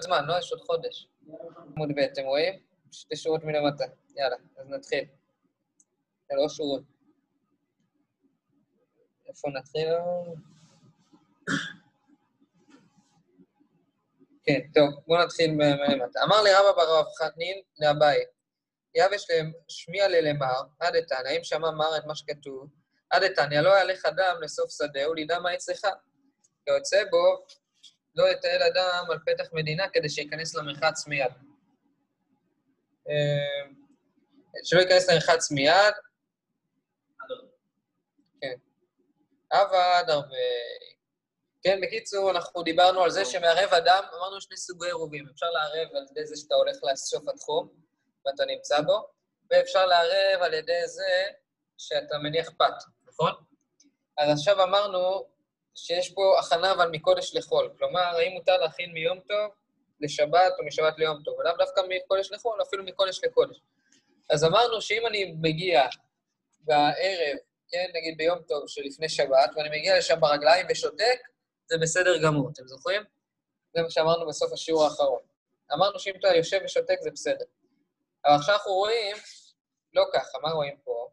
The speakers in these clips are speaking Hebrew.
עוד זמן, לא? יש עוד חודש. עמוד ב', אתם רואים? 2 שורות מלמטה. יאללה, אז נתחיל. 3 שורות. איפה נתחיל? כן, טוב, בואו נתחיל מלמטה. אמר לרבא בר רב חנין לאביי, יבש שמיע ללמר, עד איתן, האם שמע מר את מה שכתוב? עד איתן, ילא יהלך אדם לסוף שדהו, לידע מה אצלך. יוצא בו, לא יטייל אדם על פתח מדינה כדי שייכנס למרחץ מיד. שלא ייכנס למרחץ מיד. כן. עבד הרבה. כן, בקיצור, אנחנו דיברנו על זה שמערב אדם, אמרנו 2 סוגי עירובים. אפשר לערב על ידי זה שאתה הולך לסוף התחום, ואתה נמצא בו, ואפשר לערב על ידי זה שאתה מניח פת, נכון? אז עכשיו אמרנו שיש פה הכנה אבל מקודש לחול. כלומר, האם מותר להכין מיום טוב לשבת או משבת ליום טוב, ולאו דווקא מקודש לחול, אפילו מקודש לקודש. אז אמרנו שאם אני מגיע בערב, כן, נגיד ביום טוב שלפני שבת, ואני מגיע לשם ברגליים ושותק, זה בסדר גמור, אתם זוכרים? זה מה שאמרנו בסוף השיעור האחרון. אמרנו שאם אתה יושב ושותק זה בסדר. אבל עכשיו אנחנו רואים, לא ככה, מה רואים פה?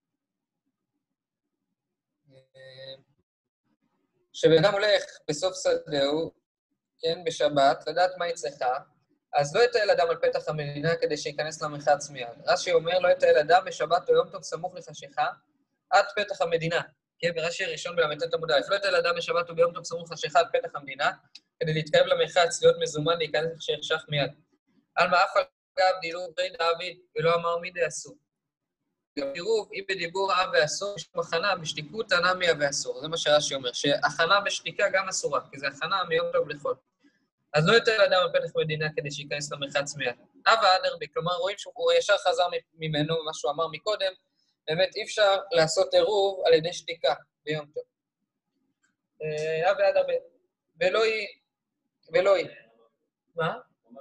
שבאדם הולך בסוף שדהו, כן, בשבת, לדעת מה יצלך, אז לא יטייל אדם על פתח המדינה כדי שייכנס למרחץ מיד. רש"י אומר, לא יטייל אדם בשבת או יום טוב סמוך לחשיכה, עד פתח המדינה. כן, ברש"י הראשון בל"ט עמוד א', לא יטייל אדם בשבת או ביום טוב סמוך לחשיכה עד פתח המדינה, כדי להתקרב למרחץ, להיות מזומן, להיכנס כשיחשך מיד. על מה אף אגב דילוב בי דוד, ולא אמר מי דאסור. גם עירוב, אם בדיבור אב ואסור, יש הכנה בשתיקות הנמי ואסור. זה מה שרש"י אומר, שהכנה בשתיקה גם אסורה, כי זה הכנה מיום טוב לחול. אז לא יטייל אדם על פתח מדינה כדי שייכנס למרחץ מיד. אבא אדרבי, כלומר רואים שהוא ישר חזר ממנו, מה שהוא אמר מקודם, באמת אי אפשר לעשות עירוב על ידי שתיקה ביום טוב. אבא אדרבי, ולא היא. מה?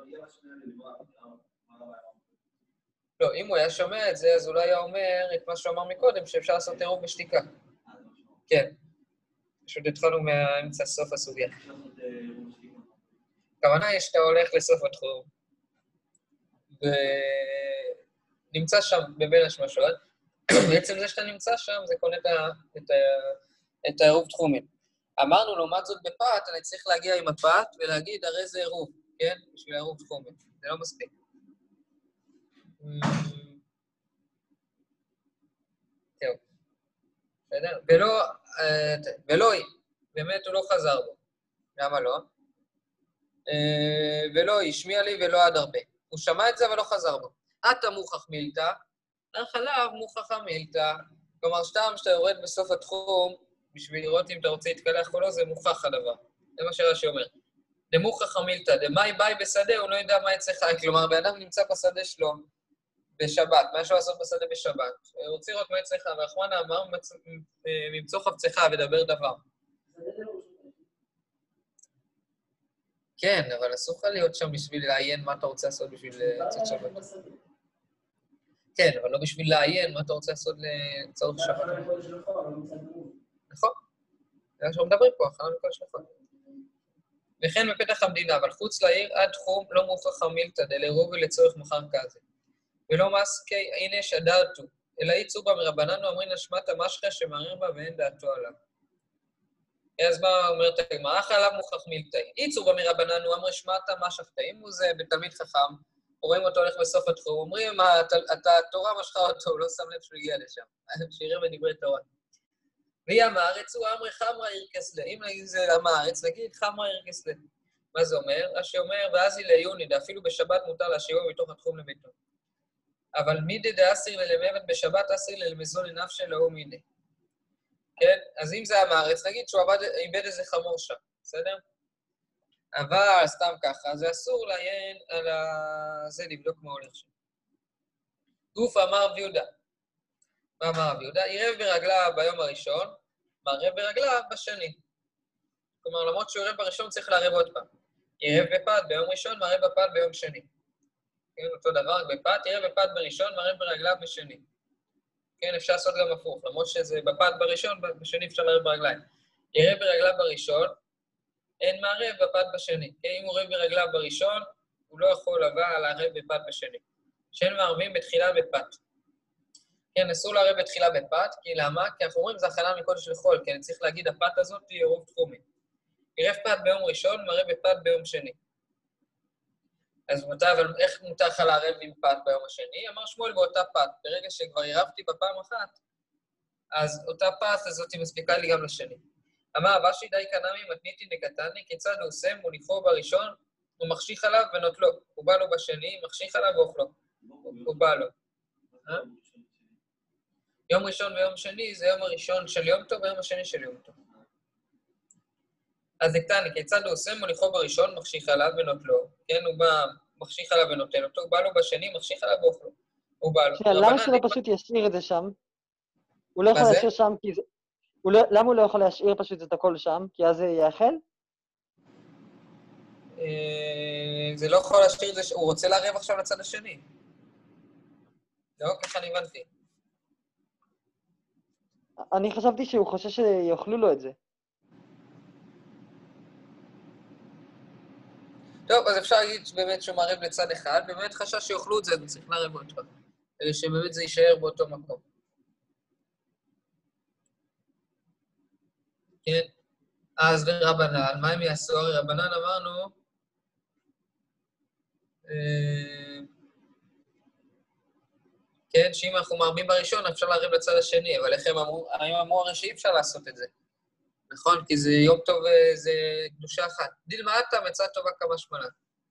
לא, אם הוא היה שומע את זה, אז אולי היה אומר את מה שהוא אמר מקודם, שאפשר לעשות עירוב בשתיקה. כן. פשוט התחלנו מהאמצע סוף הסוגיה. הכוונה היא שאתה הולך לסוף התחום, ונמצא שם בבין השמשות. בעצם זה שאתה נמצא שם, זה קונה את העירוב תחומים. אמרנו, לעומת זאת בפת, אני צריך להגיע עם הפת ולהגיד, הרי זה עירוב, כן? בשביל העירוב תחומים. זה לא מספיק. טוב. בסדר? ולא היא. באמת הוא לא חזר בו. למה לא? ולא היא, השמיע לי ולא עד הרבה. הוא שמע את זה אבל לא חזר בו. אתה מוכח מילתא, החלב מוכח המילתא. כלומר, שאתה יורד בסוף התחום, בשביל לראות אם אתה רוצה להתקלח או לא, זה מוכח הדבר. זה מה שרש"י אומר. דמוכח המילתא, דמאי באי בשדה, הוא לא יודע מה אצלך. כלומר, באדם נמצא בשדה שלו בשבת, מה שהוא לעשות בשדה בשבת. הוא רוצה לראות מה אצלך, והרחמנא אמר, ממצוא חפצך ודבר דבר. כן, אבל אסור לך להיות שם בשביל לעיין מה אתה רוצה לעשות בשביל לצאת שבת. כן, אבל לא בשביל לעיין מה אתה רוצה לעשות לצורך שבת. נכון. זה מה שאנחנו מדברים פה, הכנה מכל שבת. וכן בפתח המדינה, אבל חוץ לעיר עד תחום לא מוכח המילתא דלעירוב ולצורך מחר כזה. ולא מסקי הנה שדרתו, אלא יצאו בה מרבננו אמרין השמטה משחה שמערער בה ואין דעתו עליו. אז מה אומרת הגמרא? חלב מוכח מילתאי. יצאו בה מרבננו אמרי שמטה משחתא. אם הוא זה בתלמיד חכם, רואים אותו הולך בסוף התחום, אומרים, התורה משכה אותו, הוא לא שם לב שהוא הגיע לשם. שיראה בדברי תורה. וים הארץ הוא אמרי חמרא ירקסלה. אם נגיד זה עם הארץ, נגיד חמרא ירקסלה. מה זה אומר? רש"י אומר, ואזי ליונידא, אפילו בשבת מותר להשאירו מתוך התחום לביתו. אבל מידי דאסיר ללמבת בשבת, אסיר ללמזון לנפשי לאו מידי. כן? אז אם זה עם הארץ, נגיד שהוא איבד איזה חמור שם, בסדר? אבל סתם ככה, זה אסור לעיין על זה, לבדוק מה הולך שם. גוף אמר רב יהודה. מה אמר רב יהודה? עירב ברגליו ביום הראשון, מערב ברגליו בשני. כלומר, למרות שהוא עירב בראשון, צריך לערב עוד פעם. עירב בפת ביום ראשון, מערב בפת ביום שני. כן, אותו דבר, בפת, עירב בפת בראשון, מערב ברגליו בשני. כן, אפשר לעשות גם הפוך, למרות שזה בפת בראשון, בשני אפשר לערב ברגליים. עירב ברגליו בראשון, אין מערב בפת בשני. כן, אם הוא ערב ברגליו בראשון, הוא לא יכול אבל לערב בפת בשני. שאין מערבים בתחילה בפת. כן, אסור לערב בתחילה בפת, כי למה? כי אנחנו אומרים זה הכנה מקודש לחול, כי אני צריך להגיד הפת הזאת היא עירוב תחומי. עירב פת ביום ראשון, מערב בפת ביום שני. אז אבל איך מותר לך לערב עם פת ביום השני? אמר שמואל באותה פת. ברגע שכבר עירבתי בפעם אחת, אז אותה פת הזאת מספיקה לי גם לשני. אמר אבשי די קנמי מתניתי נקטני, כיצד הוא עושה מוליכו בראשון, הוא מחשיך עליו ונוטלו. הוא בא לו בשני, מחשיך עליו ואוכלו. הוא בא לו. יום ראשון ויום שני זה יום הראשון של יום טוב ויום השני של יום טוב. אז דקטני, כיצד הוא עושה מוליכו בראשון, מחשיך עליו ונוטלו. כן, הוא בא, מחשיך עליו ונוטל אותו, הוא בא לו בשני, מחשיך עליו ואוכלו. הוא בא לו. למה שלא פשוט ישאיר את זה שם? הוא לא יכול להשאיר שם כי זה... למה הוא לא יכול להשאיר פשוט את הכל שם? כי אז זה יאכל? זה לא יכול להשאיר את זה, הוא רוצה לערב עכשיו לצד השני. לא, ככה אני הבנתי. אני חשבתי שהוא חושב שיאכלו לו את זה. טוב, אז אפשר להגיד באמת שהוא מערב לצד אחד, באמת חשש שיאכלו את זה, אז צריך לערב אותו. כדי שבאמת זה יישאר באותו מקום. כן? אז ורבנן, מה הם יעשו? הרי רבנן אמרנו, כן, שאם אנחנו מערבים בראשון, אפשר לערב לצד השני, אבל איך הם אמרו הרי שאי אפשר לעשות את זה. נכון? כי זה יום טוב, זה קדושה אחת. דילמאתה מצאה טובה כמה שמונה.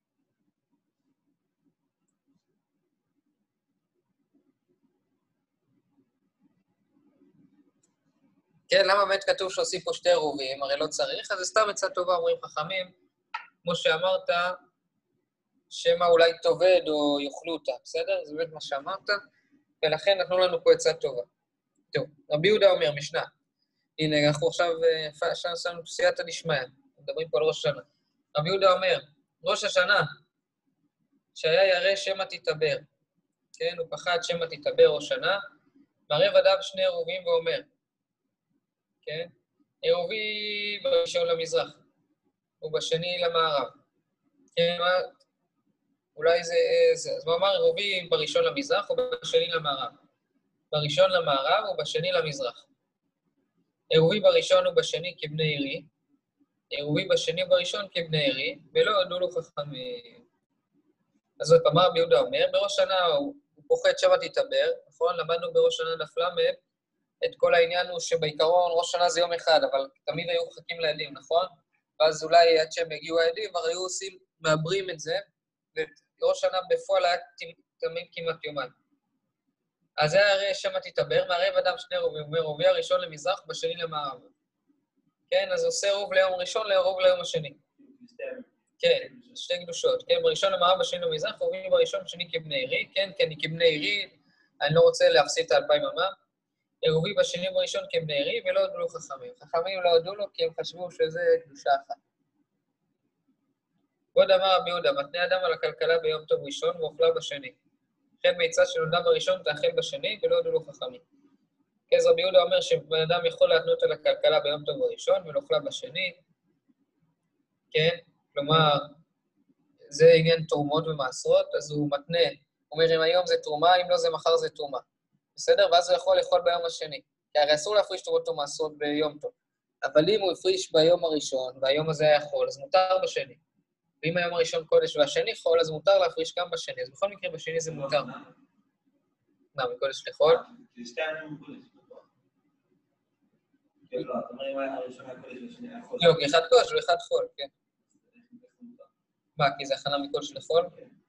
כן, למה באמת כתוב שעושים פה שתי עירובים? הרי לא צריך, אז זה סתם מצאה טובה, אומרים חכמים, כמו שאמרת, שמה אולי תאבד או יאכלו אותה, בסדר? זה באמת מה שאמרת, ולכן נתנו לנו פה עצה טובה. טוב, רבי יהודה אומר, משנה. הנה, אנחנו עכשיו עשינו סייעתא דשמיא, מדברים פה על ראש השנה. רבי יהודה אומר, ראש השנה, שהיה ירא שמא תתעבר, כן, הוא פחד שמא תתעבר ראש שנה, מערב אדם שני עירובים ואומר, כן, עירובי בראשון למזרח, ובשני למערב. כן, אולי זה, אז הוא אמר עירובי בראשון למזרח ובשני למערב. בראשון למערב ובשני למזרח. עירובי בראשון ובשני כבני עירי, עירובי בשני ובראשון כבני עירי, ולא עדו לו חכמים. אז זאת אמר רבי יהודה אומר, בראש שנה הוא פוחד שמא תתעבר, נכון? למדנו בראש שנה דף למד, את כל העניין הוא שבעיקרון ראש שנה זה יום אחד, אבל תמיד היו חכים לעדים, נכון? ואז אולי עד שהם הגיעו העדים, הרי היו עושים, מעברים את זה, וראש שנה בפועל היה תמיד כמעט יומיים. אז זה הרי שמא תתעבר, מערב אדם שני עירובים, הוא אומר, עירובי הראשון למזרח, בשני למערב. כן, אז עושה עירוב ליום ראשון, לעירוב ליום השני. כן, שתי קדושות. כן, בראשון למערב, בשני למזרח, עירובי בראשון, בשני כבני עירי. כן, כי אני כבני עירי, אני לא רוצה להפסיד את 2000 אמה. עירובי בשני ובראשון כבני עירי, ולא הודו לו חכמים. חכמים לא הודו לו כי הם חשבו שזה קדושה אחת. ועוד אמר רבי יהודה, מתנה אדם על הכלכלה ביום טוב ראשון ואוכלה בשני. כן, ביצה שנולדה בראשון תאכל בשני, ולא הודו לו חכמים. כן, אז רבי יהודה אומר שבן אדם יכול להתנות על הכלכלה ביום טוב ראשון ולאוכלה בשני. כן, כלומר, זה עניין תרומות ומעשרות, אז הוא מתנה, אומר אם היום זה תרומה, אם לא זה מחר זה תרומה. בסדר? ואז הוא יכול לאכול ביום השני. כי הרי אסור להפריש תרומות ומעשרות ביום טוב. אבל אם הוא הפריש ביום הראשון, והיום הזה היה חול, אז מותר בשני. ואם היום הראשון קודש והשני חול, אז מותר להפריש גם בשני. אז בכל מקרה בשני זה מותר. מה, מקודש לחול? כי שתי הימים קודש. לא, אתה אומר אם הראשון היה קודש והשני היה חול. לא, כי אחד קודש ואחד חול, כן. מה, כי זה הכנה מקודש לחול?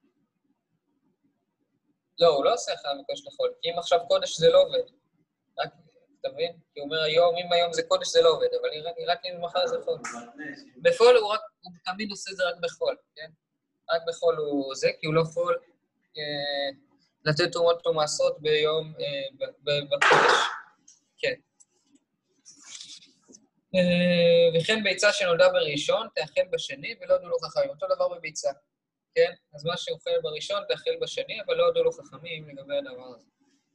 לא, הוא לא עושה הכנה מקודש לחול, כי אם עכשיו קודש זה לא עובד. רק, אתה מבין? כי הוא אומר היום, אם היום זה קודש זה לא עובד, אבל רק אם מחר זה חול. בפועל הוא תמיד עושה את זה רק בחול, כן? רק בחול הוא זה, כי הוא לא יכול לתת תרומות ומעשרות ביום, בקודש. כן. וכן ביצה שנולדה בראשון, תאכל בשני, ולא הודו לו חכמים. אותו דבר בביצה, כן? אז מה שאוכל בראשון, תאכל בשני, אבל לא הודו לו חכמים לגבי הדבר הזה.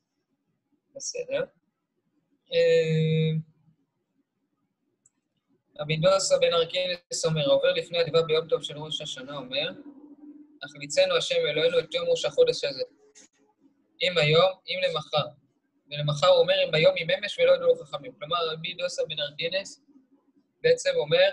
בסדר. רבי דוסא בן ארקינס אומר, העובר לפני התיבה ביום טוב של ראש השנה אומר, החליצנו השם אלוהינו את יום ראש החודש הזה. אם היום, אם למחר. ולמחר הוא אומר, אם היום עם אמש ולא ידעו חכמים. כלומר, רבי דוסא בן ארקינס בעצם אומר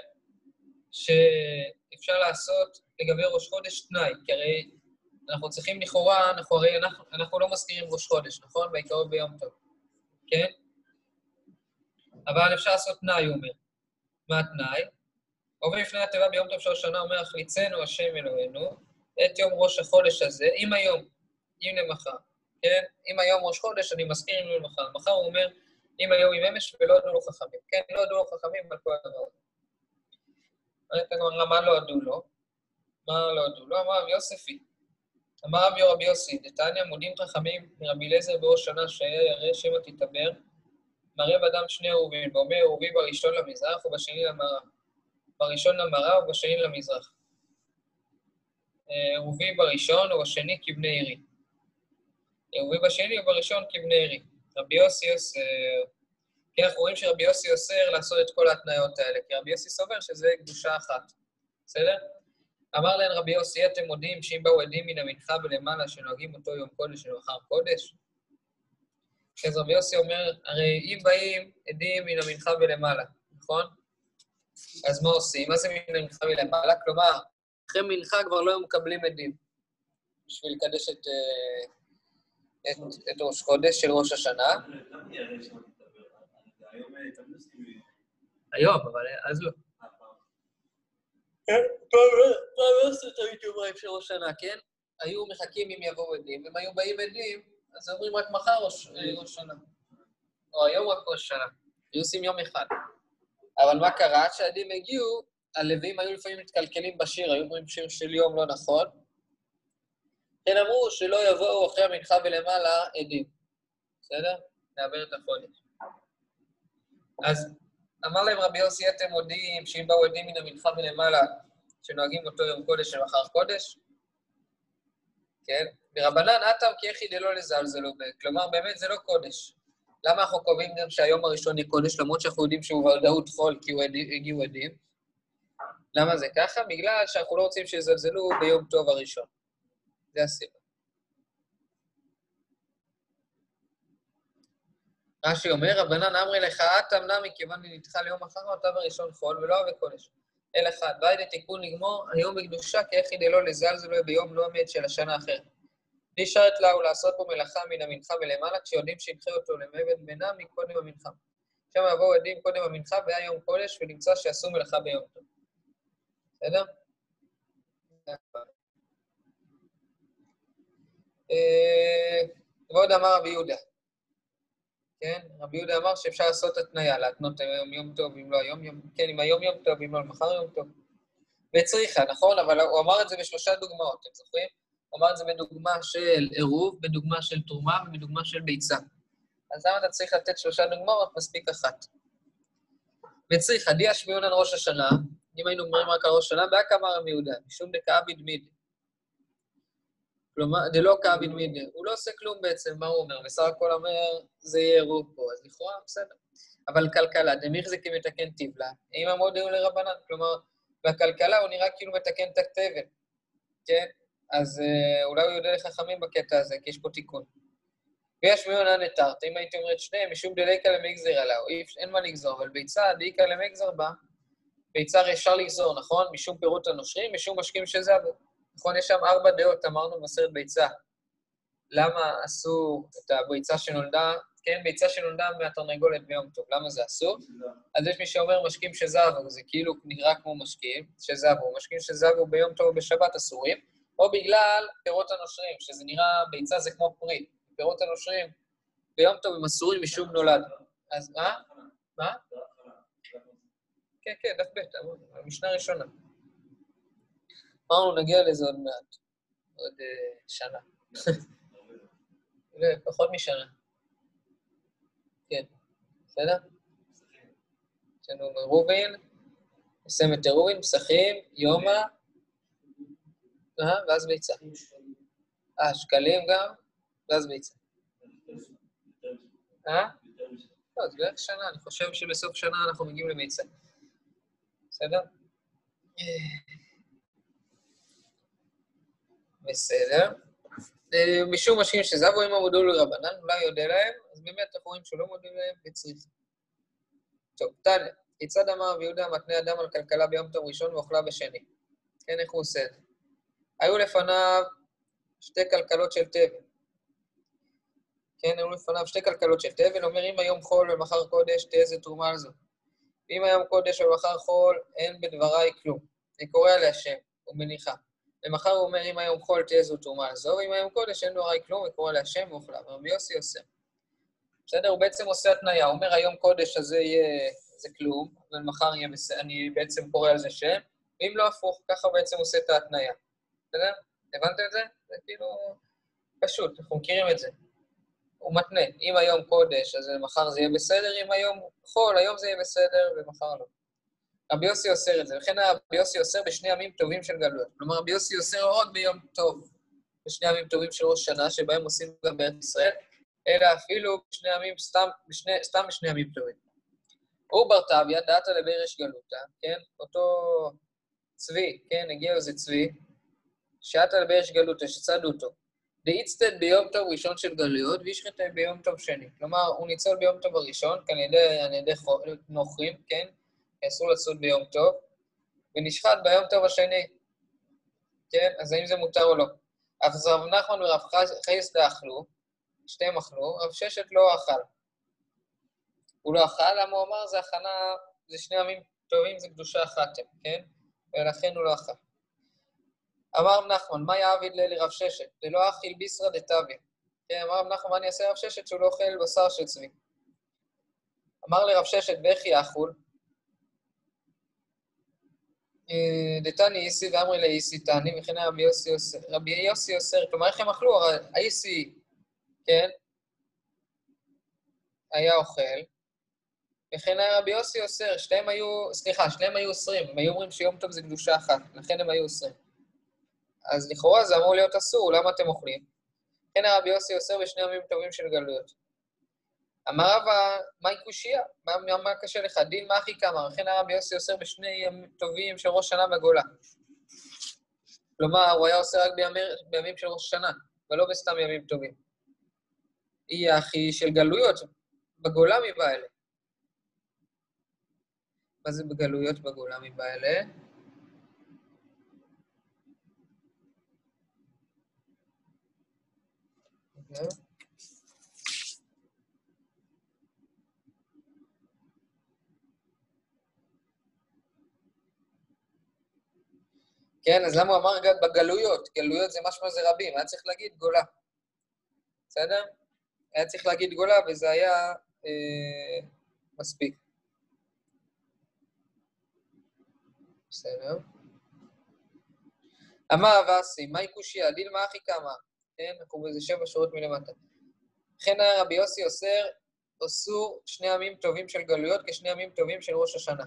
שאפשר לעשות לגבי ראש חודש תנאי, כי הרי אנחנו צריכים לכאורה, אנחנו לא מזכירים ראש חודש, נכון? בעיקרו ביום טוב, כן? אבל אפשר לעשות תנאי, הוא אומר. מה התנאי? עובר לפני התיבה ביום טוב של השנה אומר, החליצנו השם אלוהינו את יום ראש החודש הזה, אם היום, אם למחר, כן? אם היום ראש חודש, אני מזכיר אם למחר. מחר הוא אומר, אם היום עם אמש ולא ידעו לו חכמים. כן, לא ידעו לו חכמים על כל הדבר הזה. מה לא ידעו לו? מה לא ידעו לו? אמר רבי יוספי. אמר רבי יוסי, דתניא מודים חכמים מרבי אליעזר בראש שנה שהיה ירא שמא תתעבר, מראה בדם שני עירובין, ואומר עירובי בראשון למזרח ובשני למערב. בראשון למערב ובשני למזרח. עירובי בראשון ובשני כבני עירי. עירובי בשני ובראשון כבני עירי. רבי יוסי אוסר. כי אנחנו רואים שרבי יוסי אוסר לעשות את כל ההתניות האלה, כי רבי יוסי סובר שזה קדושה אחת. בסדר? אמר להם רבי יוסי, אתם מודים שאם באו עדים מן המנחה ולמעלה שנוהגים אותו יום קודש ולמחר קודש? אז רבי יוסי אומר, הרי אם באים עדים מן המנחה ולמעלה, נכון? אז מה עושים? מה זה מן המנחה ולמעלה? כלומר, אחרי מנחה כבר לא מקבלים עדים בשביל לקדש את ראש חודש של ראש השנה. היום, אבל אז לא. פעם עשו את היומיים של ראש שנה, כן? היו מחכים אם יבואו עדים, אם היו באים עדים, אז אומרים רק מחר ראש שנה. או היום רק ראש שנה. היו עושים יום אחד. אבל מה קרה? כשהעדים הגיעו, הלווים היו לפעמים מתקלקלים בשיר, היו אומרים שיר של יום לא נכון. כן אמרו שלא יבואו אחרי המנחה ולמעלה עדים. בסדר? נעבר את החודש. אז אמר להם רבי יוסי, אתם מודיעים שאם באו עדים מן המנחה ולמעלה, שנוהגים אותו יום קודש של מחר קודש? כן? ורבנן אטם כי איך ידלו לזלזלו בו. כלומר, באמת זה לא קודש. למה אנחנו קובעים גם שהיום הראשון יהיה קודש, למרות שאנחנו יודעים שהוא ודאות חול כי הגיעו עדים? למה זה ככה? בגלל שאנחנו לא רוצים שיזלזלו ביום טוב הראשון. זה הסיבה. רש"י אומר, רבנן אמרי לך, אטם נמי כיוון נדחה ליום אחר אותה בראשון חול ולא אוהב קודש. אל אחד, ואי לתיקון לגמור, היום בקדושה כי איך ידלו לזלזלו ביום לא עמד של השנה האחרת. נשארת לה ולעשות בו מלאכה מן המנחה ולמעלה, כשיודעים שידחה אותו למעבד מנה מקודם המנחה. שם יבואו עדים קודם המנחה והיה יום קודש ונמצא שעשו מלאכה ביום טוב. בסדר? ועוד אמר רבי יהודה. כן? רבי יהודה אמר שאפשר לעשות התניה, להתנות היום יום טוב, אם לא היום יום, כן, אם היום יום טוב, אם לא מחר יום טוב. וצריכה, נכון? אבל הוא אמר את זה בשלושה דוגמאות, אתם זוכרים? הוא אמר את זה בדוגמה של עירוב, בדוגמה של תרומה ובדוגמה של ביצה. אז למה אתה צריך לתת שלושה דוגמאות? מספיק אחת. וצריכה, דיה שמיעונן ראש השנה, אם היינו אומרים רק על ראש השנה, באק אמר רבי יהודה, משום דכאביד מידי. כלומר, דלא כאביד מידי. הוא לא עושה כלום בעצם, מה הוא אומר? בסך הכל אומר, זה יהיה עירוב פה, אז לכאורה, בסדר. אבל כלכלה, דמיך זה כמתקן תבלה, אם עמוד היו לרבנן, כלומר, בכלכלה הוא נראה כאילו מתקן את הכתבת, כן? אז אולי הוא יודע לחכמים בקטע הזה, כי יש פה תיקון. ויש מיונה נטרת, אם הייתי אומרת שניהם, משום דליקה למגזר עליו, אין מה לגזור, אבל ביצה, דליקה למגזר בה, ביצה אפשר לגזור, נכון? משום פירוט הנושרים, משום משקים שזה, נכון? יש שם 4 דעות, אמרנו בסרט ביצה. למה אסור את הביצה שנולדה, כן, ביצה שנולדה מהתרנגולת ביום טוב, למה זה אסור? אז יש מי שאומר משקים שזבו, זה כאילו נראה כמו משקים שזבו, משקים שזבו ביום טוב ובשבת אסורים, או בגלל פירות הנושרים, שזה נראה, ביצה זה כמו פרי, פירות הנושרים ביום טוב הם אסורים משום נולד. אז מה? מה? כן, כן, דף ב', המשנה ראשונה. אמרנו, נגיע לזה עוד מעט, עוד שנה. פחות משנה. כן, בסדר? יש לנו רובין, נסיים את רובין, פסחים, יומא, ואז ביצה. שקלים גם, ואז ביצה. לא, זה בערך שנה, אני חושב שבסוף שנה אנחנו מגיעים לביצה. בסדר? בסדר. משום משכים שזבו עם המודול לרבנן, אולי יודע להם, אז באמת אנחנו רואים שלא מודול להם וצריך. טוב, תניא, כיצד אמר רבי יהודה מתנה אדם על כלכלה ביום טוב ראשון ואוכלה בשני? כן, איך הוא עושה את זה? היו לפניו שתי כלכלות של תבל. כן, היו לפניו שתי כלכלות של תבל, אומר אם היום חול ומחר קודש, תהיה איזה תרומה על זו. ואם היום קודש ומחר חול, אין בדבריי כלום. אני קורא להשם, ומניחה. ומחר הוא אומר אם היום חול תהיה זו תרומה על זו, ואם היום קודש אין דבריי כלום, וקורא להשם ואוכלה. ורבי יוסי עושה. בסדר? הוא בעצם עושה התניה, הוא אומר היום קודש הזה יהיה זה כלום, ומחר יהיה בסדר, אני בעצם קורא על זה שם, ואם לא הפוך, ככה בעצם עושה את ההתניה. בסדר? הבנתם את זה? זה כאילו פשוט, אנחנו מכירים את זה. הוא מתנה, אם היום קודש, אז מחר זה יהיה בסדר, אם היום חול, היום זה יהיה בסדר, ומחר לא. רבי יוסי אוסר את זה, וכן רבי יוסי אוסר בשני ימים טובים של גלויות. כלומר, רבי יוסי אוסר עוד ביום טוב, בשני ימים טובים של ראש שנה, שבהם עושים גם בארץ ישראל, אלא אפילו בשני ימים, סתם בשני ימים טובים. הוא ברטביה, דעתה לבירש גלותה, כן? אותו צבי, כן? הגיע איזה צבי, שעתה לבירש גלותה, שצדו אותו. דאיצטד ביום טוב ראשון של גלויות, וישחטה ביום טוב שני. כלומר, הוא ניצול ביום טוב הראשון, כאן על ידי נוכרים, כן? אסור לצוד ביום טוב, ונשחט ביום טוב השני. כן? אז האם זה מותר או לא? אז רב נחמן ורב חייסדה אכלו, שתיהם אכלו, רב ששת לא אכל. הוא לא אכל, למה הוא אמר, זה הכנה, זה שני ימים טובים, זה קדושה אחת, כן? ולכן הוא לא אכל. אמר רב נחמן, מה יעביד לרב ששת? זה לא אכיל ביסרא דתביא. כן, אמר רב נחמן, מה אני אעשה רב ששת שהוא לא אוכל בשר של צבי? אמר לרב ששת, ואיך יאכול? דתני איסי ואמרי לאיסי תני, וכן רבי יוסי אוסר. רבי יוסי אוסר, כלומר, איך הם אכלו? האיסי, כן, היה אוכל, וכן רבי יוסי אוסר, שניהם היו אוסרים, הם היו אומרים שיום טוב זה קדושה אחת, לכן הם היו אוסרים. אז לכאורה זה אמור להיות אסור, למה אתם אוכלים? כן רבי יוסי אוסר בשני ימים טובים של גלויות. אמר רבא, מהי קושייה? מה קשה לך? דין מה הכי כמה? וכן רבי יוסי אוסר בשני ימים טובים של ראש שנה בגולה. כלומר, הוא היה עושה רק בימים של ראש שנה, ולא בסתם ימים טובים. היא הכי של גלויות, בגולה מבא אלה. מה זה בגלויות בגולה מבא אלה? כן, אז למה הוא אמר גם בגלויות? גלויות זה משמע זה רבים, היה צריך להגיד גולה. בסדר? היה צריך להגיד גולה, וזה היה מספיק. בסדר. אמר אבסי, מהי קושיה? דין מה הכי כמה? כן, אנחנו באיזה 7 שורות מלמטה. לכן רבי יוסי אוסר שני ימים טובים של גלויות כשני ימים טובים של ראש השנה.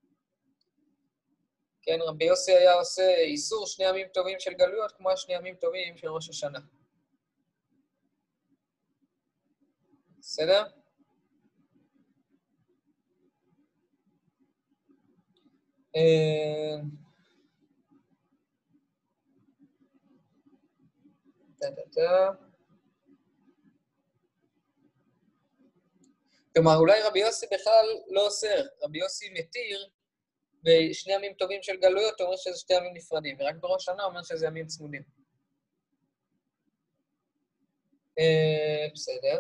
כן, רבי יוסי היה עושה איסור שני ימים טובים של גלויות כמו שני ימים טובים של ראש השנה. בסדר? כלומר, אולי רבי יוסי בכלל לא אוסר. רבי יוסי מתיר בשני ימים טובים של גלויות, הוא אומר שזה שתי ימים נפרדים, ורק בראש שנה הוא אומר שזה ימים צמודים. בסדר.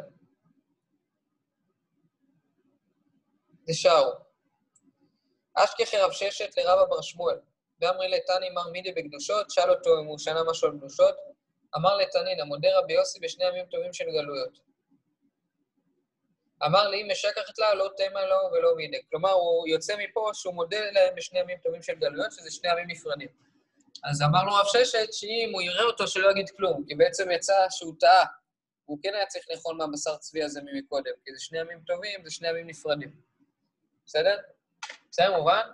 דשאו. אשכחי רב ששת לרבא בר שמואל. ואמרי לתני מר מידי בקדושות, שאל אותו אם הוא שנה משהו על קדושות. אמר לתנין, המודה רבי יוסי בשני ימים טובים של גלויות. אמר לי, אם משכחת לה, לא תמה לו ולא מידי. כלומר, הוא יוצא מפה שהוא מודה להם בשני ימים טובים של גלויות, שזה שני ימים נפרדים. אז אמר לו רב ששת שאם הוא יראה אותו שלא יגיד כלום, כי בעצם יצא שהוא טעה, הוא כן היה צריך לאכול מהבשר צבי הזה ממקודם, כי זה שני ימים טובים, זה שני ימים נפרדים. בסדר? בסדר, מובן?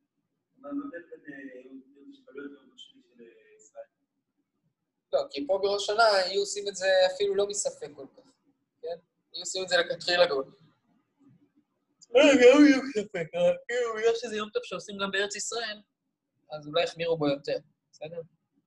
לא, כי פה בראש שנה היו עושים את זה אפילו לא מספק כל כך, כן? היו עושים את זה לכתחילה גאול. גם בדיוק ספק, כאילו, בגלל שזה יום טוב שעושים גם בארץ ישראל, אז אולי יחמירו בו יותר, בסדר?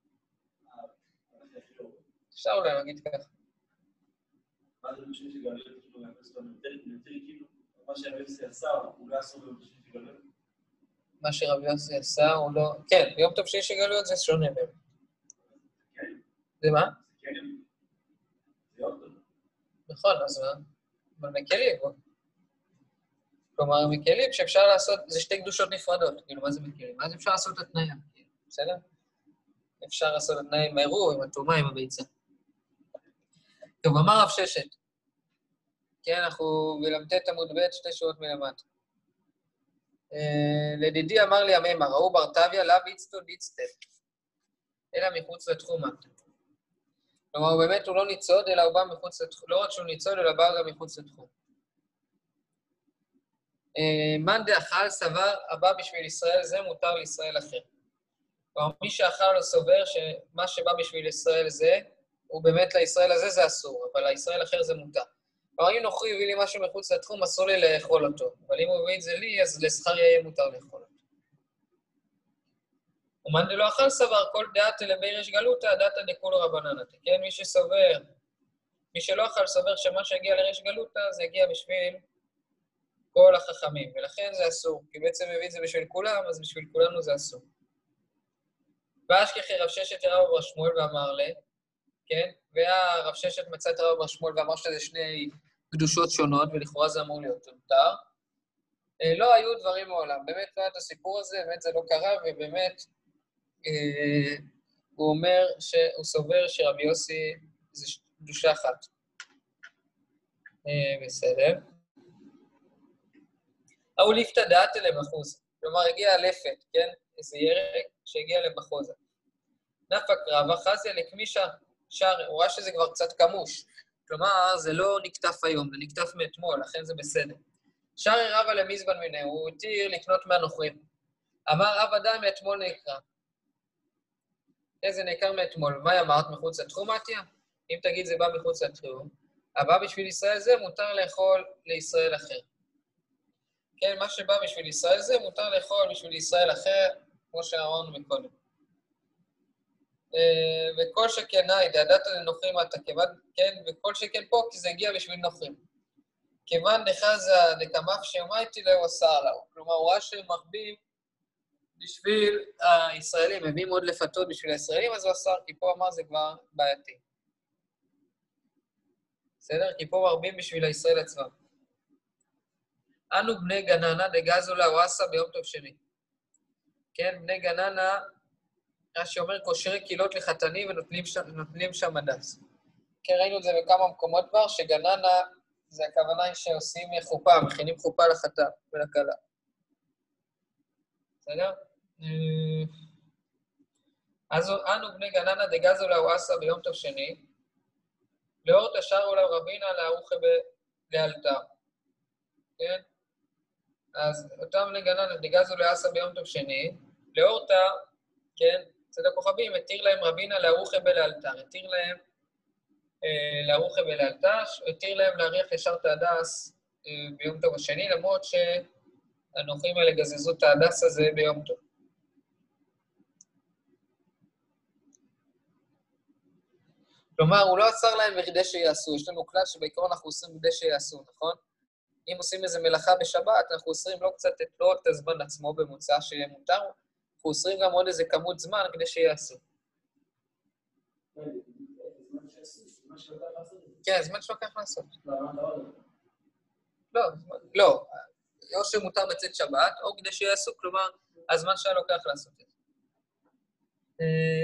אפשר אולי להגיד ככה. מה זה בשביל שגלויות כאילו מהפסט יותר כאילו, מה שהרב יוסי עשה, הוא לא עשו בשביל שגלויות? מה שרב יוסי עשה, הוא לא... כן, ביום טוב שיש שגלויות זה שונה באמת. כן. זה מה? כן. זה יום טוב. נכון, אז מה? אבל מקלים. כלומר, מקלים שאפשר לעשות, זה שתי קדושות נפרדות. כאילו, מה זה מקלים? אז אפשר לעשות התניה, בסדר? אפשר לעשות התניה עם העירוב, עם התרומה, עם הביצה. טוב, אמר רב ששת. כן, אנחנו בל"ט עמוד ב' 2 שורות מלמטה. לדידי אמר לי הממר, ראו בר טביה, לאו איצטו דיצטט. אלא מחוץ לתחום. כלומר, באמת הוא לא ניצוד, אלא הוא בא מחוץ לתחום. לא רק שהוא ניצוד, אלא בא גם מחוץ לתחום. מאן דאכל סבר הבא בשביל ישראל זה מותר לישראל אחר. כלומר, מי שאכל או סובר שמה שבא בשביל ישראל זה, הוא באמת לישראל הזה זה אסור, אבל לישראל אחר זה מותר. כלומר, אם נוכרי הביא לי משהו מחוץ לתחום, אסור לי לאכול אותו. אבל אם הוא הביא את זה לי, אז לזכר יהיה מותר לאכול אותו. ומאן דלא אכל סבר, כל דעת לבי ריש גלותא, דעתא דכולו רבנן. כן, מי שסובר, מי שלא אכל סובר שמה שהגיע לריש גלותא, זה הגיע בשביל כל החכמים, ולכן זה אסור. כי בעצם מביא את זה בשביל כולם, אז בשביל כולנו זה אסור. ואשכחי רב ששת רב בר שמואל ואמר לה, כן? והרב ששת מצא את רב בר שמואל ואמר שזה שני קדושות שונות, ולכאורה זה אמור להיות מותר. לא היו דברים מעולם. באמת לא היה את הסיפור הזה, באמת זה לא קרה, ובאמת הוא אומר שהוא סובר שרבי יוסי זה קדושה אחת. בסדר. הוא ליפתא דעתא למחוז. כלומר, הגיע לפת, כן? איזה ירק שהגיע למחוזה. נפק רבא חזיה לקמישה שר, הוא ראה שזה כבר קצת כמוש. כלומר, זה לא נקטף היום, זה נקטף מאתמול, לכן זה בסדר. שרי רבא למזבן מיני, הוא התיר לקנות מהנוכרים. אמר רב אדם מאתמול נקרא. איזה נקר מאתמול? מה אמרת מחוץ לתחום, עטיה? אם תגיד זה בא מחוץ לתחום, הבא בשביל ישראל זה מותר לאכול לישראל אחר. כן, מה שבא בשביל ישראל זה מותר לאכול בשביל ישראל אחר, כמו שאמרנו מקודם. וכל שכן דעדת לנוכרים אתה כיוון, כן, וכל שכן פה, כי זה הגיע בשביל נוכרים. כיוון דחזה דקמף שאומייתי לו אסר לו. כלומר, הוא ראה שהם מרבים בשביל הישראלים, מביאים עוד לפתות בשביל הישראלים, אז הוא אסר, כי פה אמר זה כבר בעייתי. בסדר? כי פה מרבים בשביל הישראל עצמם. אנו בני גננה דגזו לה וואסה ביום טוב שני. כן, בני גננה, רש"י אומר, קושרי קילות לחתנים ונוטלים שם הדס. כן, ראינו את זה בכמה מקומות כבר, שגננה זה הכוונה שעושים חופה, מכינים חופה לחתן ולכלה. בסדר? אז אנו בני גננה דגזו לה וואסה ביום טוב שני, לאור תשארו לה רבינה לערוך לאלתר. כן? אז אותם בני גננה דגזו לה וואסה ביום טוב שני, לאור תא, כן? צד הכוכבים, התיר להם רבינה לערוך לאלתר, התיר להם לערוך לאלתר, התיר להם להריח ישר את ההדס ביום טוב השני, למרות שהנוכרים האלה גזזו את ההדס הזה ביום טוב. כלומר, הוא לא עצר להם בכדי שיעשו. יש לנו כלל שבעיקרון אנחנו עושים בכדי שיעשו, נכון? אם עושים איזו מלאכה בשבת, אנחנו עושים לא רק את הזמן עצמו במוצא שיהיה מותר, אנחנו עושים גם עוד איזה כמות זמן כדי שיעשו. כן, זמן שלוקח לעשות. לא. או שמותר בצאת שבת, או כדי שיעשו, כלומר, הזמן שהיה לוקח לעשות את זה.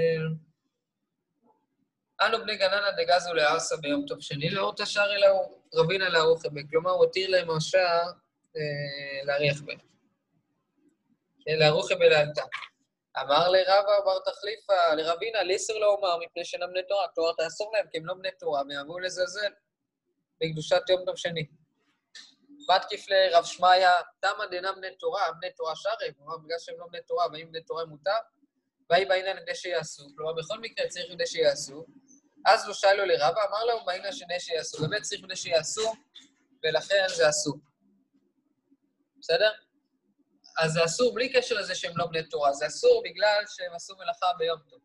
אנו בני גננה דגזו לארסה ביום טוב שני, לאור תשאר אלאו רבינה לערוך בה. כלומר, הוא התיר להם השער להריח בה. לערוך בה לאלתר. אמר לרבא בר תחליפה, לרבינה, ליסר לא אומר, מפני שאינם בני תורה. תורה תאסור להם, כי הם לא בני תורה, ויבואו לזלזל בקדושת יום טוב שני. מתקיף לרב שמעיה, תמה דינם בני תורה שרי, כלומר, בגלל שהם לא בני תורה, והאם בני תורה מותר, והיא בעניין כדי שיעשו. כלומר, בכל מקרה צריך כדי שיעשו. אז לא שאלו לרבא, אמר להם בעניין כדי שיעשו. באמת צריך כדי שיעשו, ולכן זה אסור. בסדר? אז זה אסור בלי קשר לזה שהם לא בני תורה, זה אסור בגלל שהם עשו מלאכה ביום טוב.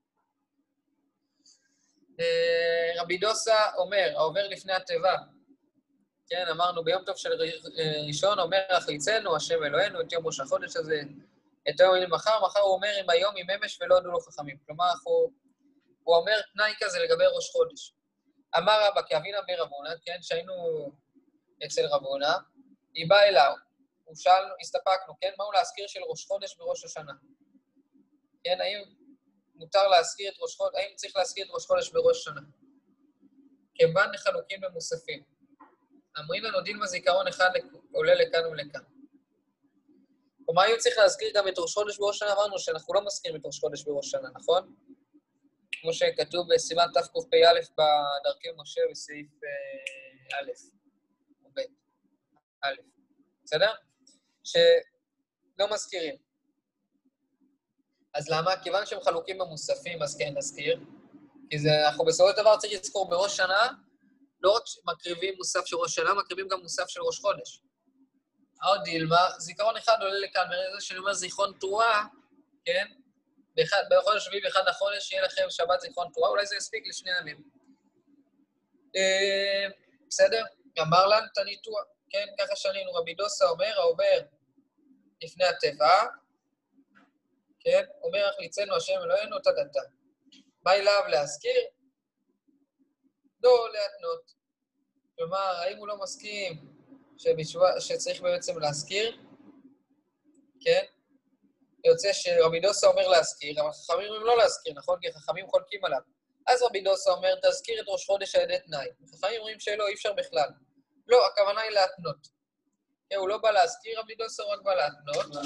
רבי דוסה אומר, העובר לפני התיבה, כן, אמרנו ביום טוב של ראשון, אומר, החליצנו, השם אלוהינו, את יום ראש החודש הזה, את היום למחר, מחר הוא אומר, אם היום, אם אמש, ולא הודו לו חכמים. כלומר, הוא אומר תנאי כזה לגבי ראש חודש. אמר רבא, כאבינה ברבונה, כן, שהיינו אצל רבונה, היא באה אליו, הוא שאל, הסתפקנו, כן, מהו להזכיר של ראש חודש בראש השנה? כן, האם מותר להזכיר את ראש חודש, האם צריך להזכיר את ראש חודש בראש השנה? כיוון חלוקים במוספים. אמרים לנו דין זיכרון אחד עולה לכאן ולכאן. כלומר, אם צריך להזכיר גם את ראש חודש בראש שנה, אמרנו שאנחנו לא מזכירים את ראש חודש בראש שנה, נכון? כמו שכתוב בסימן תקפ"א בדרכי משה בסעיף א' או ב', א', בסדר? שלא מזכירים. אז למה? כיוון שהם חלוקים במוספים, אז כן נזכיר. כי אנחנו בסופו של דבר צריך לזכור בראש שנה, לא רק מקריבים מוסף של ראש שנה, מקריבים גם מוסף של ראש חודש. עוד דילמה, זיכרון אחד עולה לכאן, מראה שאני אומר זיכרון תרועה, כן? בחודש שביעי באחד לחודש, יהיה לכם שבת זיכרון תרועה, אולי זה יספיק לשני ימים. בסדר? אמר לנו תניתוע, כן? ככה שנינו, רבי דוסה אומר, העובר לפני התיבה, כן? אומר, החליצנו השם אלוהינו, תדתה. מה אליו להזכיר? לא להתנות. כלומר, האם הוא לא מסכים שצריך בעצם להזכיר? כן? יוצא שרבי דוסה אומר להזכיר, אבל חכמים אומרים לא להזכיר, נכון? כי חכמים חולקים עליו. אז רבי דוסה אומר, תזכיר את ראש חודש על ידי תנאי. חכמים אומרים שלא, אי אפשר בכלל. לא, הכוונה היא להתנות. כן, הוא לא בא להזכיר, רבי דוסה הוא רק בא להתנות.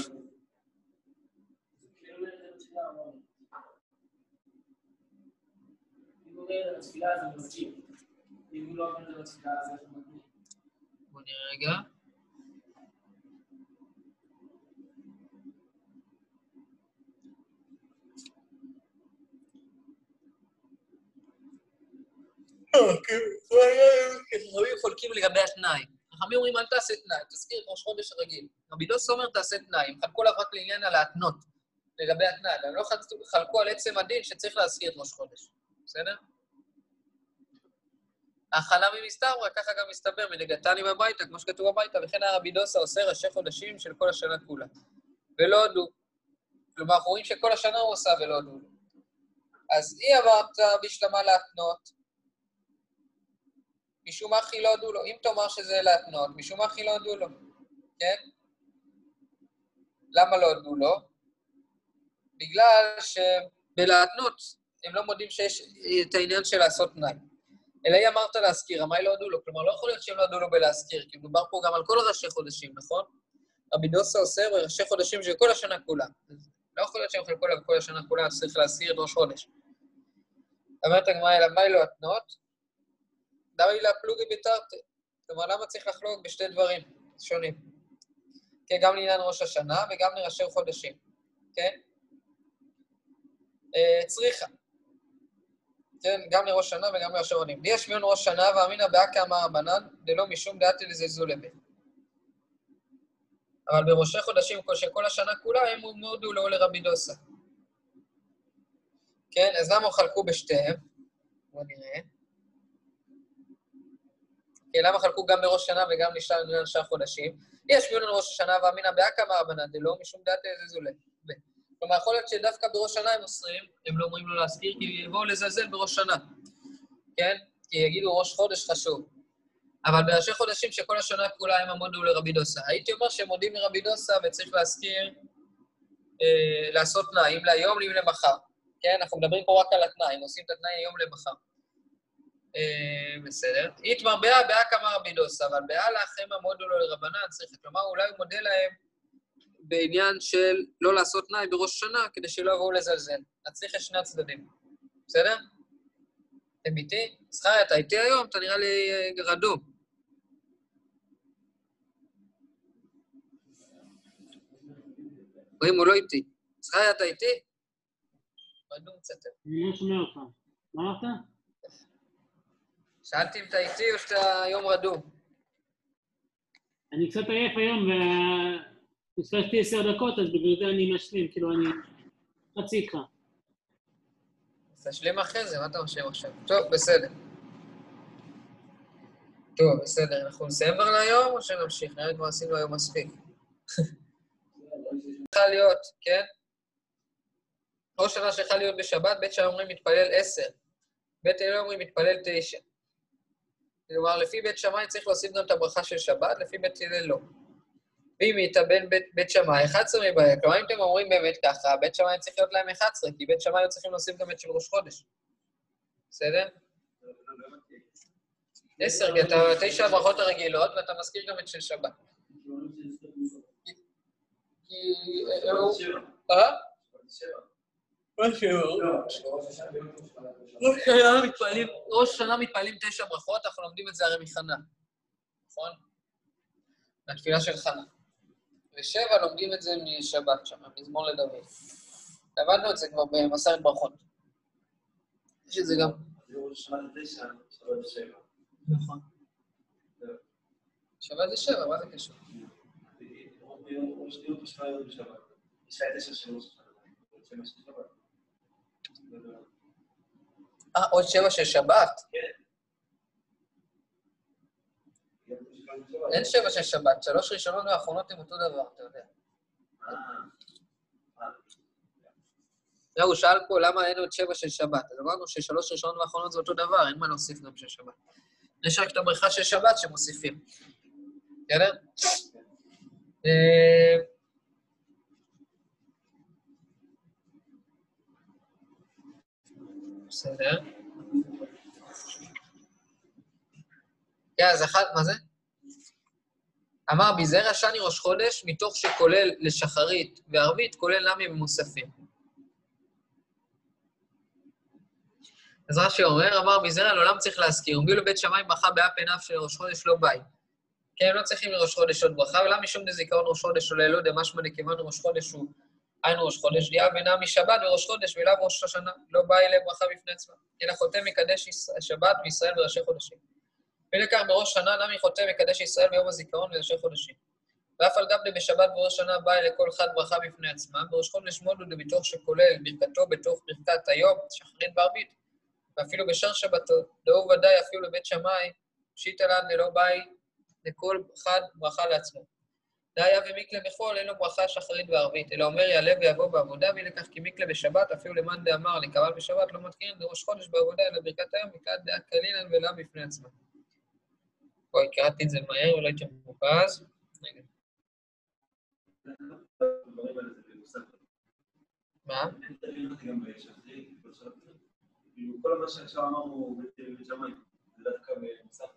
אם הוא אומר לתפילה זה מזכיר. אם הוא לא אומר לתפילה זה מזכיר. בוא נראה רגע. חכמים חולקים לגבי התנאי. חכמים אומרים, אל תעשה תנאי, תזכיר את ראש חודש הרגיל. רבי דוסה אומר, תעשה תנאי. הם חלקו עליו רק לעניין להתנות לגבי התנאי. הם לא חלקו על עצם הדין שצריך להזכיר את ראש חודש. בסדר? ההכנה ממסתברא, ככה גם מסתבר, מנגתני בביתה, כמו שכתוב בביתה, וכן הרבי דוסה עושה ראשי חודשים של כל השנה כולה. ולא הודו. כלומר, אנחנו רואים שכל השנה הוא עושה ולא הודו. אז היא אמרת בשלמה להתנות, משום מה הכי לא הודו לו. אם תאמר שזה להתנות, משום מה הכי לא הודו לו. כן? למה לא הודו לו? בגלל שבלהתנות הם לא מודים שיש את העניין של לעשות תנאי. אלא היא אמרת להזכיר, מה היא לא הודו לו? כלומר, לא יכול להיות שהם לא הודו לו בלהזכיר, כי מדובר פה גם על כל ראשי חודשים, נכון? רבי דוסה עושה ראשי חודשים של כל השנה כולה. לא יכול להיות שהם חלקו עליו כל השנה כולה, אז צריך להזכיר את ראש חודש. אמרת הגמרא, אלא מה היא לא התנות? למה היא להפלוגי בתרתי? כלומר, למה צריך לחלוק בשתי דברים שונים? כן, גם לעניין ראש השנה וגם לראשי חודשים. כן? צריכה. כן, גם לראש שנה וגם לראשי חודשים. לי יש מיון ראש שנה ואמינא באקא אמר רבנן, דלא משום דעתי לזלזול לבי. אבל בראשי חודשים, שכל השנה כולה, הם הודו לו לרבי דוסה. כן, אז למה חלקו בשתיהם? בואו נראה. כן, למה חלקו גם בראש שנה וגם לשאר חודשים? יש מיון ראש השנה ואמינא באקא אמר רבנן, דלא משום דעתי לזלזול לבי. כלומר, יכול להיות שדווקא בראש שנה הם אוסרים, הם לא אומרים לו להזכיר, כי יבואו לזלזל בראש שנה. כן? כי יגידו ראש חודש חשוב. אבל בראשי חודשים שכל השנה כולה הם עמודו לרבי דוסה. הייתי אומר שהם מודים לרבי דוסה וצריך להזכיר, לעשות תנאי, אם להיום, אם למחר. כן? אנחנו מדברים פה רק על התנאי, הם עושים את התנאי היום למחר. בסדר. איתמר באקא אמר רבי דוסה, אבל באלך הם עמודו לו לרבנן, צריך, כלומר, אולי הוא מודה להם בעניין של לא לעשות תנאי בראש שנה, כדי שלא יבואו לזלזל. נצליח את שני הצדדים. בסדר? אתם איתי? זכריה, אתה איתי היום? אתה נראה לי רדום. רואים, הוא לא איתי. זכריה, אתה איתי? רדום קצת. אני לא שומע אותך. מה אמרת? שאלתי אם אתה איתי או שאתה היום רדום. אני קצת עייף היום פספסתי 10 דקות, אז בגלל זה אני משלים, כאילו אני חצי איתך. אז תשלים אחרי זה, מה אתה משלים עכשיו? טוב, בסדר. טוב, בסדר. אנחנו נסיים כבר להיום או שנמשיך? נראה לי כבר עשינו היום מספיק. צריכה להיות, כן? ראש שנה צריכה להיות בשבת, בית שמאי אומרים מתפלל 10. בית הלל אומרים מתפלל 9. כלומר, לפי בית שמאי צריך להוסיף גם את הברכה של שבת, לפי בית הלל לא. ואם יתאבן בית שמאי 11 מבעיה, כלומר, אם אתם אומרים באמת ככה, בית שמאי צריך להיות להם 11, כי בית שמאי צריכים להוסיף גם את של ראש חודש. בסדר? 10, כי אתה 9 הברכות הרגילות, ואתה מזכיר גם את של שבת. ראש שנה מתפעלים 9 ברכות, אנחנו לומדים את זה הרי מחנה. נכון? מהתפילה של חנה. ו7 לומדים את זה משבת שם, מזמור לדוד. למדנו את זה כבר במסכת ברכות. יש את זה גם. נכון. שבת זה 7, מה זה קשור? עוד 7 של שבת? כן. אין 7 של שבת, 3 ראשונות והאחרונות הם אותו דבר, אתה יודע. הוא שאל פה למה אין עוד 7 של שבת. אז אמרנו ש3 ראשונות והאחרונות זה אותו דבר, אין מה להוסיף גם של שבת. יש רק את הברכה של שבת שמוסיפים. בסדר? בסדר. אז אחת, מה זה? אמר ביזרע שני ראש חודש, מתוך שכולל לשחרית וערבית, כולל נמי ומוספים. אז רש"י אומר, אמר ביזרע, לעולם צריך להזכיר, ומביאו לבית שמאי ברכה באף עיניו של ראש חודש לא ביי. כן, הם לא צריכים לראש חודש עוד ברכה, ולמה משום דזיכרון ראש חודש עולה לא דמשמע נקמן ראש חודש הוא היינו ראש חודש, דיעה בינה משבת וראש חודש, ואליו ראש השנה, לא בא אליה ברכה בפני עצמה. אלא חותם מקדש שבת וישראל בראשי חודשים. ולכך בראש שנה נמי חותם מקדש ישראל ביום הזיכרון בראשי חודשים. ואף על גב בשבת בראש שנה באה לכל חד ברכה בפני עצמה, בראש חודש מודו דבתוך שכולל ברכתו בתוך ברכת היום, שחרית וערבית, ואפילו בשאר שבתו, דאו ודאי אפילו לבית שמאי, פשיטא לן ללא באי לכל חד ברכה לעצמו. דאיה ומיקלה בחול, אין לו ברכה שחרית וערבית, אלא אומר יעלה ויבוא בעבודה, ולכך כי מיקלה בשבת, אפילו למאן דאמר לקבל בשבת, לא מתקירין לראש חודש בעבודה, אלא ברכת היום, מקראת דעה קלינן ולה בפני עצמה. בואי, קראתי את זה מהר, אולי הייתי מרוכז. רגע. מה? כל מה שעכשיו אמרנו בית שמאי, זה דווקא במוסף.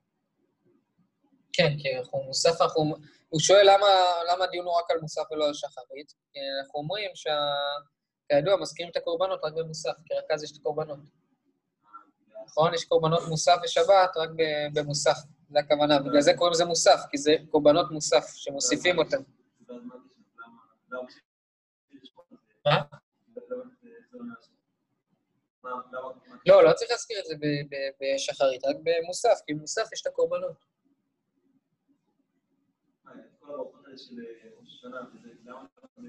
כן, כי אנחנו מוסף, הוא שואל למה הדיון הוא רק על מוסף ולא על שחרית. כי אנחנו אומרים כידוע, מזכירים את הקורבנות רק במוסף, כי רק אז יש את הקורבנות. נכון? יש קורבנות מוסף ושבת רק במוסף, זה הכוונה. בגלל זה קוראים לזה מוסף, כי זה קורבנות מוסף שמוסיפים אותם. מה? לא צריך להזכיר את זה בשחרית, רק במוסף, כי במוסף יש את הקורבנות. כל הברכות האלה של ראש השנה, וזה למה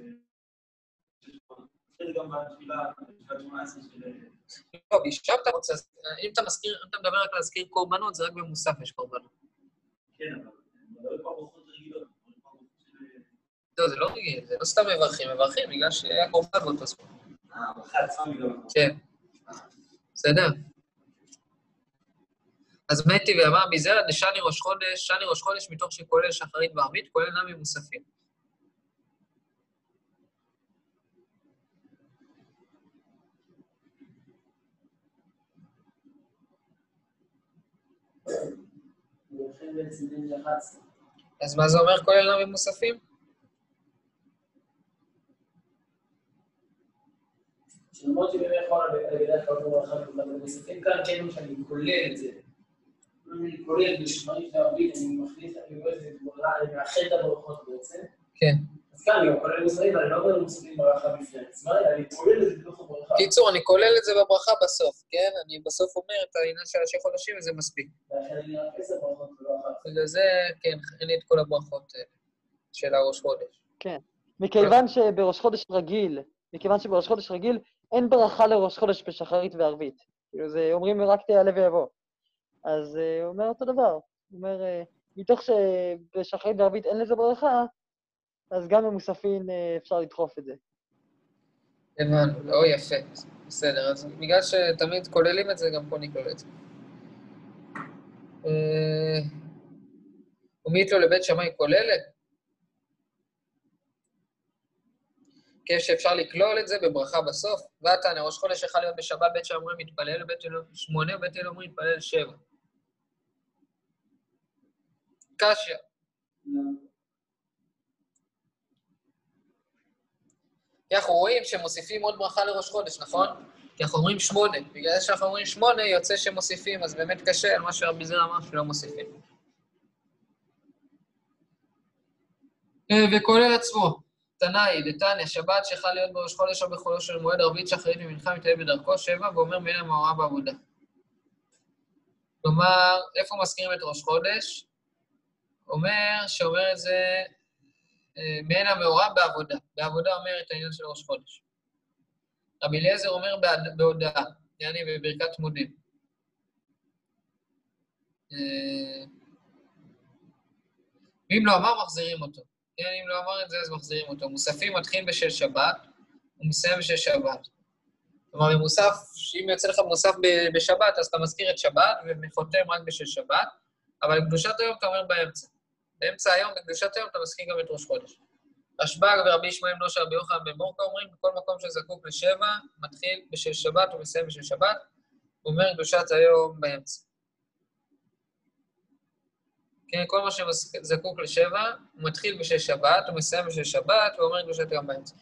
זה גם בתפילה 18 של... לא, בשם אתה רוצה, אם אתה מדבר רק להזכיר קורבנות, זה רק במוסף יש קורבנות. כן, אבל מדבר כבר ברכות רגילות. לא, זה לא רגיל, זה לא סתם מברכים בגלל שהיה קורבן באותו זמן. ברכה עצמה מגלל. כן. בסדר? אז מתי ואמר ביזרע דשני ראש חודש מתוך שכולל שחרית וערבית, כולל נמי מוספים. אז מה זה אומר כולל נמי מוספים? שלמרות שבימי חול בדרך כלל ברכה מוספים כאן, כן שאני כולל את זה. אני כולל בשמעית וערבית, אני מחליט, אני מאחד את הברכות בעצם. כן. אז כאן אני כולל מוספים, אני לא אומר מוספים ברכה בפני עצמה, אני כולל את זה בתוך הברכה. קיצור, אני כולל את זה בברכה בסוף, כן? אני בסוף אומר את העניין של ראשי חודשים וזה מספיק. ולכן אני רק 10 ברכות ולא אחת. בגלל זה, כן, אין לי את כל הברכות של הראש חודש. כן. מכיוון שבראש חודש רגיל אין ברכה לראש חודש בשחרית וערבית. כאילו זה אומרים רק תעלה ויבוא. אז הוא אומר אותו דבר. הוא אומר, מתוך שבשחרית וערבית אין לזה ברכה, אז גם במוספין אפשר לדחוף את זה. הבנו, או יפה, בסדר. אז בגלל שתמיד כוללים את זה, גם פה נכלול את זה. ומית לו לבית שמאי כוללת? כיף שאפשר לכלול את זה בברכה בסוף. ועתנא, ראש חודש יכול להיות בשבת, בית שאומרים מתפלל, בית 8, ובית הלל אומרים מתפלל 7. קשיא. כי אנחנו רואים שמוסיפים עוד ברכה לראש חודש, נכון? כי אנחנו אומרים 8. בגלל שאנחנו אומרים 8, יוצא שמוסיפים, אז באמת קשה על מה שרבי זר אמר שלא מוסיפים. וכולל עצמו. תנאי, דתניא, שבת שיכול להיות בראש חודש או בחולו של מועד ערבית שחרית ומנחה מתאהב בדרכו 7, ואומר מעין המאורע בעבודה. כלומר, איפה מזכירים את ראש חודש? שאומר את זה מעין המאורע בעבודה. בעבודה אומר את העניין של ראש חודש. רבי אליעזר אומר בהודעה, יעני בברכת מודים. ואם לא אמר, מחזירים אותו. אם לא אמר את זה, אז מחזירים אותו. מוספים מתחיל בשל שבת, ומסיים בשל שבת. כלומר, אם יוצא לך מוסף בשבת, אז אתה מזכיר את שבת, וחותם רק בשל שבת, אבל בקדושת היום אתה אומר באמצע. באמצע היום, בקדושת היום, אתה מזכיר גם את ראש חודש. רשב"ג ורבי ישמעאל בנו של רבי יוחנן בן ברוקה אומרים, בכל מקום שזקוק ל7, מתחיל בשל שבת ומסיים בשל שבת, ואומר קדושת היום באמצע. כן, כל מה שזקוק ל7, הוא מתחיל בשל שבת, הוא מסיים בשל שבת, ואומר קדושת היום באמצע.